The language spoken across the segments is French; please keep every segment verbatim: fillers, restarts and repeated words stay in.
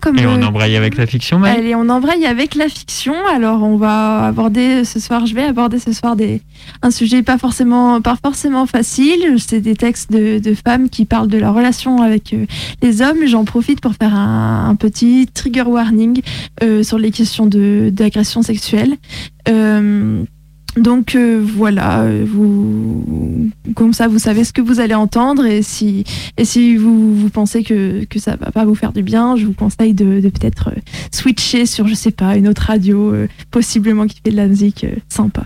comme... Et on embraye avec la fiction, Maë ? Allez, on embraye avec la fiction. Alors, on va aborder ce soir, je vais aborder ce soir des, un sujet pas forcément, pas forcément facile. C'est des textes de, de femmes qui parlent de leur relation avec euh, les hommes. J'en profite pour faire un, un petit trigger warning euh, sur les questions de, d'agression sexuelle. Euh, Donc euh, voilà, vous, comme ça vous savez ce que vous allez entendre et si, et si vous, vous pensez que, que ça va pas vous faire du bien, je vous conseille de, de peut-être switcher sur, je sais pas, une autre radio, euh, possiblement qui fait de la musique euh, sympa.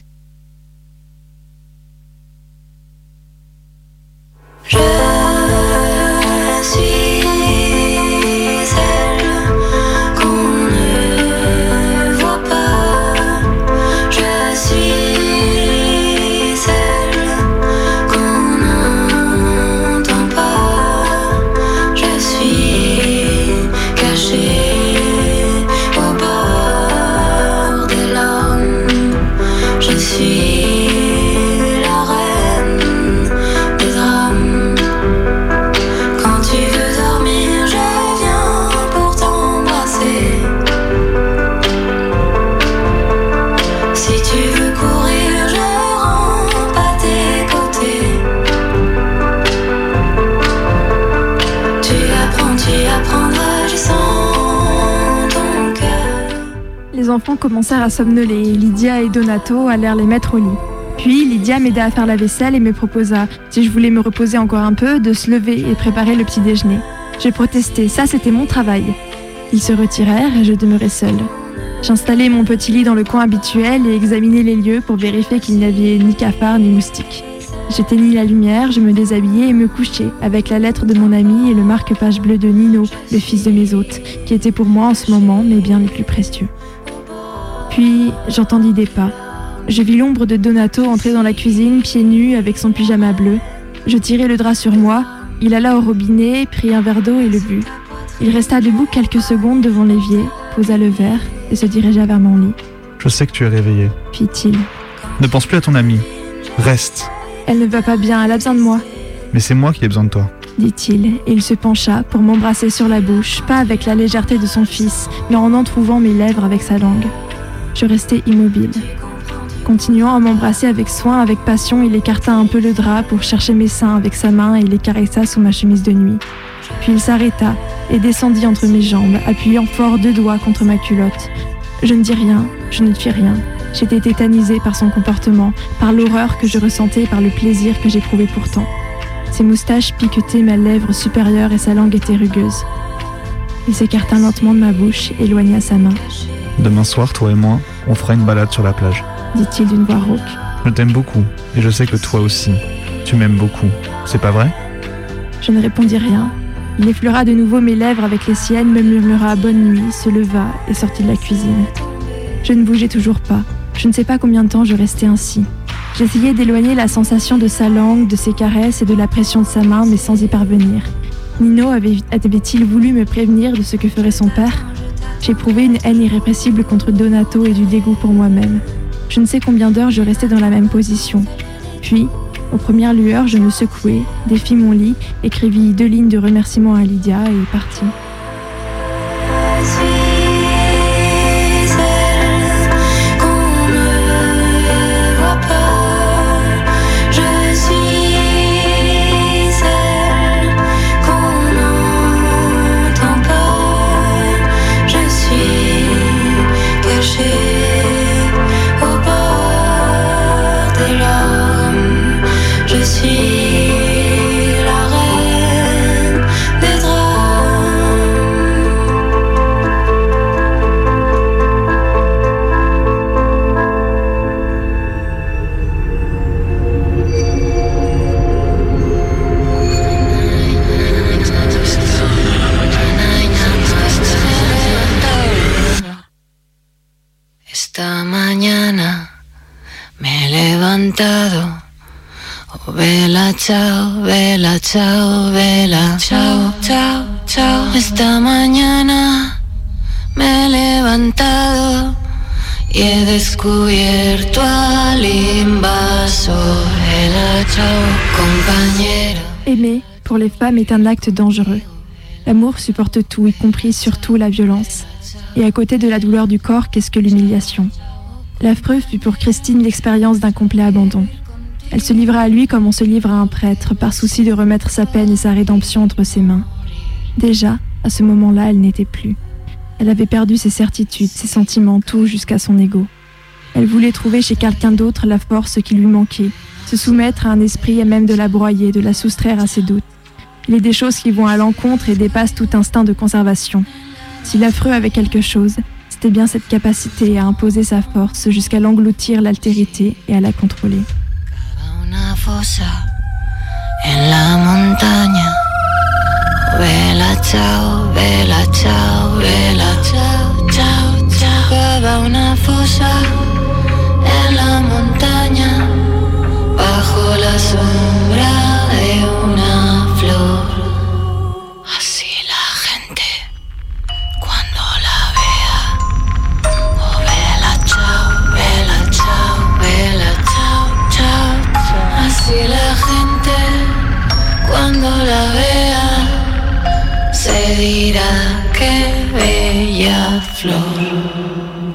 Je suis Les enfants commencèrent à somnoler et Lydia et Donato allèrent les mettre au lit. Puis Lydia m'aida à faire la vaisselle et me proposa, si je voulais me reposer encore un peu, de se lever et préparer le petit déjeuner. J'ai protesté, ça c'était mon travail. Ils se retirèrent et je demeurai seule. J'installai mon petit lit dans le coin habituel et examinai les lieux pour vérifier qu'il n'y avait ni cafards ni moustiques. J'éteignis la lumière, je me déshabillai et me couchai, avec la lettre de mon ami et le marque-page bleu de Nino, le fils de mes hôtes, qui était pour moi en ce moment mes biens les plus précieux. Puis j'entendis des pas. Je vis l'ombre de Donato entrer dans la cuisine, pieds nus, avec son pyjama bleu. Je tirai le drap sur moi, il alla au robinet, prit un verre d'eau et le but. Il resta debout quelques secondes devant l'évier, posa le verre et se dirigea vers mon lit. Je sais que tu es réveillée. Fit-il. Ne pense plus à ton amie. Reste. Elle ne va pas bien, elle a besoin de moi. Mais c'est moi qui ai besoin de toi. Dit-il, et il se pencha pour m'embrasser sur la bouche, pas avec la légèreté de son fils, mais en entrouvant mes lèvres avec sa langue. Je restai immobile. Continuant à m'embrasser avec soin, avec passion, il écarta un peu le drap pour chercher mes seins avec sa main et les caressa sous ma chemise de nuit. Puis il s'arrêta et descendit entre mes jambes, appuyant fort deux doigts contre ma culotte. Je ne dis rien, je ne fis rien. J'étais tétanisée par son comportement, par l'horreur que je ressentais et par le plaisir que j'éprouvais pourtant. Ses moustaches piquetaient ma lèvre supérieure et sa langue était rugueuse. Il s'écarta lentement de ma bouche, éloigna sa main. Demain soir, toi et moi, on fera une balade sur la plage. Dit-il d'une voix rauque. Je t'aime beaucoup, et je sais que toi aussi. Tu m'aimes beaucoup, c'est pas vrai ? Je ne répondis rien. Il effleura de nouveau mes lèvres avec les siennes, me murmura bonne nuit, se leva et sortit de la cuisine. Je ne bougeais toujours pas. Je ne sais pas combien de temps je restais ainsi. J'essayais d'éloigner la sensation de sa langue, de ses caresses et de la pression de sa main, mais sans y parvenir. Nino avait, avait-il voulu me prévenir de ce que ferait son père ? J'éprouvais une haine irrépressible contre Donato et du dégoût pour moi-même. Je ne sais combien d'heures je restais dans la même position. Puis, aux premières lueurs, je me secouai, défis mon lit, écrivis deux lignes de remerciement à Lydia et partis. Esta mañana me he levantado, oh vela, chao, vela, chao, vela, chao, chao, chao. Esta mañana me he levantado y he descubierto al invasor. Vela, chao, compañero. Aimer, pour les femmes, est un acte dangereux. L'amour supporte tout, y compris surtout la violence. Et à côté de la douleur du corps, qu'est-ce que l'humiliation ? L'affreux fut pour Christine l'expérience d'un complet abandon. Elle se livra à lui comme on se livre à un prêtre, par souci de remettre sa peine et sa rédemption entre ses mains. Déjà, à ce moment-là, elle n'était plus. Elle avait perdu ses certitudes, ses sentiments, tout jusqu'à son ego. Elle voulait trouver chez quelqu'un d'autre la force qui lui manquait, se soumettre à un esprit et même de la broyer, de la soustraire à ses doutes. Il est des choses qui vont à l'encontre et dépassent tout instinct de conservation. Si l'affreux avait quelque chose, c'était bien cette capacité à imposer sa force jusqu'à l'engloutir l'altérité et à la contrôler. Una fossa en la montaña. Vela ciao, vela ciao, vela ciao, ciao, ciao. Cava una fossa en la montaña bajo la sombra de una flor. Así la gente cuando la vea. Oh, vela ciao, vela ciao, vela ciao, ciao, ciao. Así la gente cuando la vea se dirá que bella flor.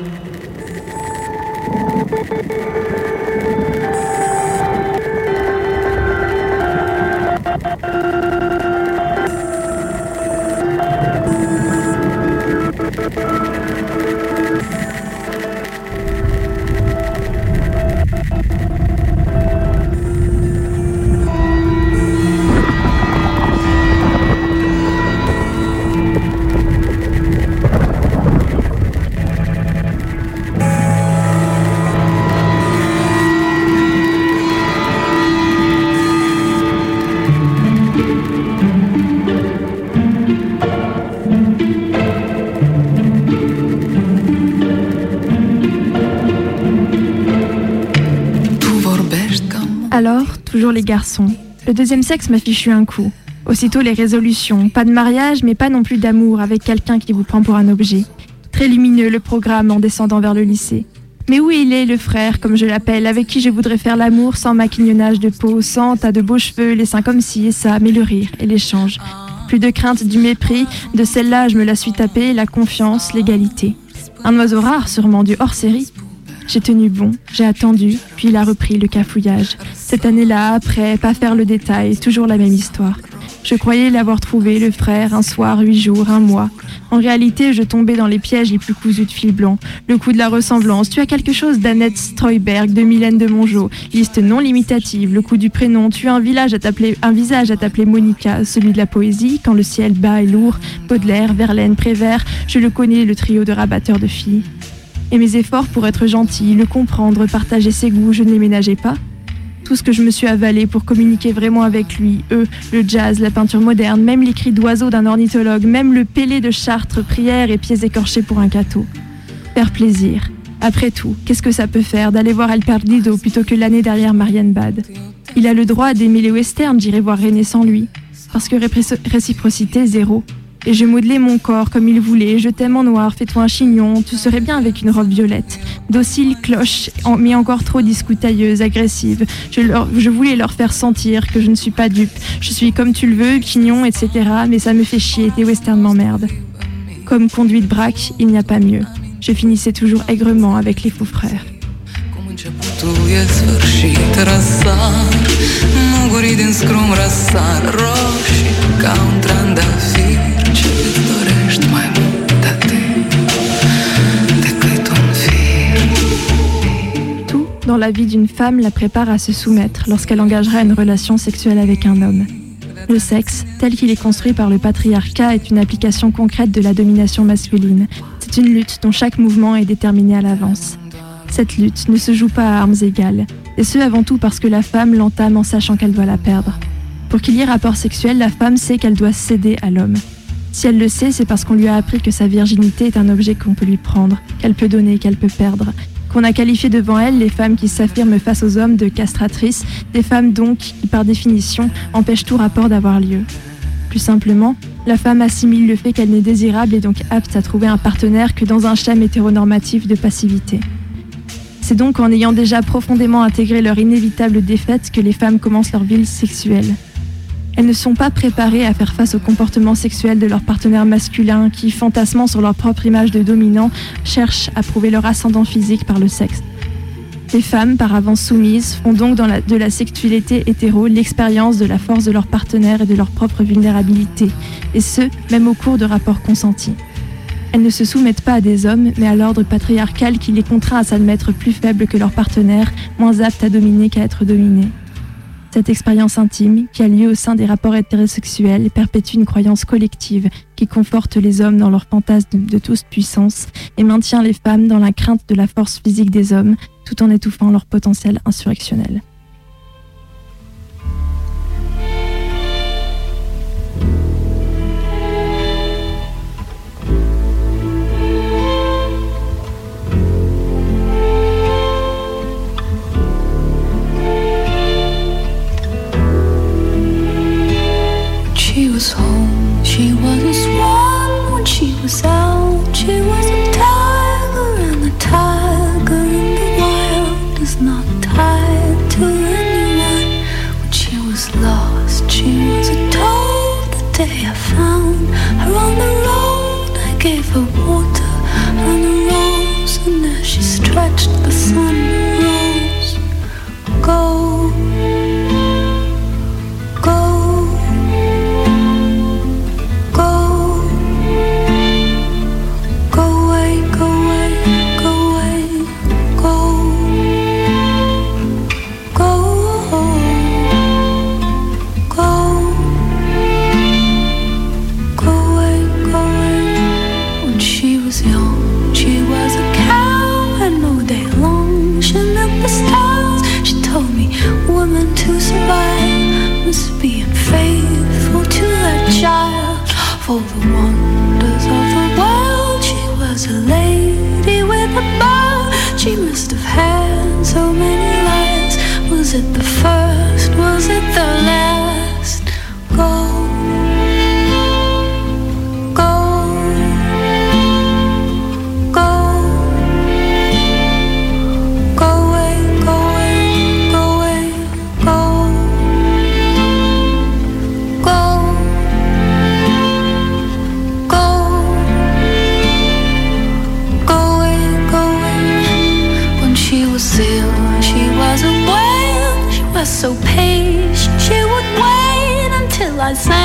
Alors, toujours les garçons. Le deuxième sexe m'a fichu un coup. Aussitôt les résolutions. Pas de mariage, mais pas non plus d'amour avec quelqu'un qui vous prend pour un objet. Très lumineux le programme en descendant vers le lycée. Mais où il est, le frère, comme je l'appelle, avec qui je voudrais faire l'amour sans maquignonnage de peau, sans tas de beaux cheveux, les seins comme ci et ça, mais le rire et l'échange. Plus de crainte du mépris, de celle-là je me la suis tapée, la confiance, l'égalité. Un oiseau rare sûrement, du hors-série. J'ai tenu bon, j'ai attendu, puis il a repris le cafouillage. Cette année-là, après, pas faire le détail, toujours la même histoire. Je croyais l'avoir trouvé, le frère, un soir, huit jours, un mois. En réalité, je tombais dans les pièges les plus cousus de fil blanc. Le coup de la ressemblance, tu as quelque chose d'Annette Streuberg, de Mylène de Mongeau. Liste non limitative, le coup du prénom, tu as un, village à t'appeler, un visage à t'appeler Monica. Celui de la poésie, quand le ciel bas et lourd, Baudelaire, Verlaine, Prévert, je le connais, le trio de rabatteurs de filles. Et mes efforts pour être gentil, le comprendre, partager ses goûts, je ne les ménageais pas. Tout ce que je me suis avalé pour communiquer vraiment avec lui, eux, le jazz, la peinture moderne, même les cris d'oiseaux d'un ornithologue, même le pélé de Chartres, prières et pieds écorchés pour un cateau. Faire plaisir. Après tout, qu'est-ce que ça peut faire d'aller voir El Perdido plutôt que l'année derrière Marianne Bad ? Il a le droit d'aimer les westerns, j'irai voir René sans lui. Parce que répré- réciprocité, zéro. Et je modelais mon corps comme il voulait. Je t'aime en noir, fais-toi un chignon. Tu serais bien avec une robe violette. Docile, cloche, mais encore trop discoutailleuse, agressive. Je, leur, je voulais leur faire sentir que je ne suis pas dupe. Je suis comme tu le veux, chignon, et cetera. Mais ça me fait chier, tes westerns m'emmerdent. Comme conduite braque, il n'y a pas mieux. Je finissais toujours aigrement avec les faux frères. Tout dans la vie d'une femme la prépare à se soumettre lorsqu'elle engagera une relation sexuelle avec un homme. Le sexe, tel qu'il est construit par le patriarcat, est une application concrète de la domination masculine. C'est une lutte dont chaque mouvement est déterminé à l'avance. Cette lutte ne se joue pas à armes égales, et ce avant tout parce que la femme l'entame en sachant qu'elle doit la perdre. Pour qu'il y ait rapport sexuel, la femme sait qu'elle doit céder à l'homme. Si elle le sait, c'est parce qu'on lui a appris que sa virginité est un objet qu'on peut lui prendre, qu'elle peut donner, qu'elle peut perdre. Qu'on a qualifié devant elle les femmes qui s'affirment face aux hommes de castratrices, des femmes donc qui, par définition, empêchent tout rapport d'avoir lieu. Plus simplement, la femme assimile le fait qu'elle n'est désirable et donc apte à trouver un partenaire que dans un schème hétéronormatif de passivité. C'est donc en ayant déjà profondément intégré leur inévitable défaite que les femmes commencent leur vie sexuelle. Elles ne sont pas préparées à faire face au comportement sexuel de leur partenaire masculin qui, fantasmant sur leur propre image de dominant, cherchent à prouver leur ascendant physique par le sexe. Les femmes, par avance soumises, font donc dans la, de la sexualité hétéro l'expérience de la force de leur partenaire et de leur propre vulnérabilité, et ce, même au cours de rapports consentis. Elles ne se soumettent pas à des hommes, mais à l'ordre patriarcal qui les contraint à s'admettre plus faibles que leur partenaire, moins aptes à dominer qu'à être dominés. Cette expérience intime, qui a lieu au sein des rapports hétérosexuels, perpétue une croyance collective qui conforte les hommes dans leur fantasme de toute puissance et maintient les femmes dans la crainte de la force physique des hommes, tout en étouffant leur potentiel insurrectionnel. She was home, she was a swan when she was out. She was a tiger, and the tiger in the wild is not tied to anyone. When she was lost, she was a toad. The day I found her on the road, I gave her water and a rose, and as she stretched, the sun rose. Go, go. For the wonders of the world, she was a lady with a bow. She must have had so many lives. Was it the first? Was it the last? Go, go, go, go away, go away, go away, go, go. Still, she was a whale. She was so patient. She would wait until I sang.